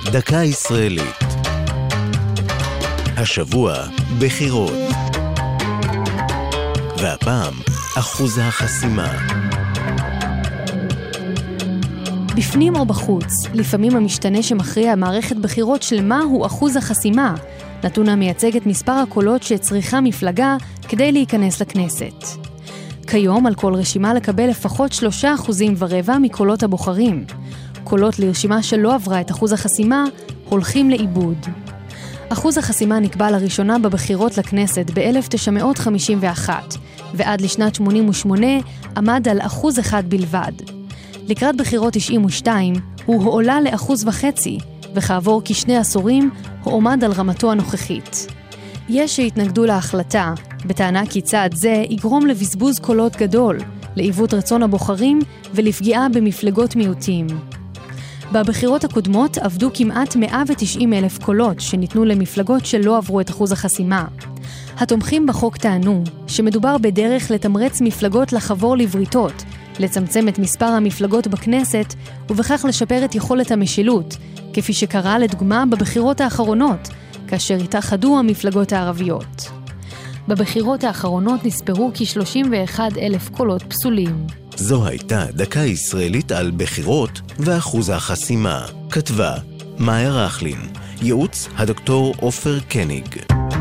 דקה ישראלית. השבוע בחירות. והפעם אחוז החסימה. בפנים או בחוץ, לפעמים המשתנה שמכריע מערכת בחירות שלמה הוא אחוז החסימה, נתון המייצג את מספר הקולות שצריכה מפלגה כדי להיכנס לכנסת. כיום על כל רשימה לקבל לפחות 3.25% מקולות הבוחרים. קולות לרשימה שלא עברה את אחוז החסימה הולכים לאיבוד. אחוז החסימה נקבע לראשונה בבחירות לכנסת ב-1951, ועד לשנת 88 עמד על 1% בלבד. לקראת בחירות 92 הוא הועלה ל1.5%, וכעבור כשני עשורים הוא עומד על רמתו הנוכחית. יש שהתנגדו להחלטה, בטענה כי צעד זה יגרום לבזבוז קולות גדול, לעיוות רצון הבוחרים ולפגיעה במפלגות מיעוטים. בבחירות הקודמות עבדו כמעט 190,000 קולות שניתנו למפלגות שלא עברו את אחוז החסימה. התומכים בחוק טענו שמדובר בדרך לתמרץ מפלגות לחבור לבריתות, לצמצם את מספר המפלגות בכנסת ובכך לשפר את יכולת המשילות, כפי שקרה לדוגמה בבחירות האחרונות, כאשר התאחדו המפלגות הערביות. בבחירות האחרונות נספרו כ-31,000 קולות פסולים. זו הייתה דקה ישראלית על בחירות ואחוז החסימה. כתבה מאיה רכלין, ייעוץ הדוקטור עופר קניג.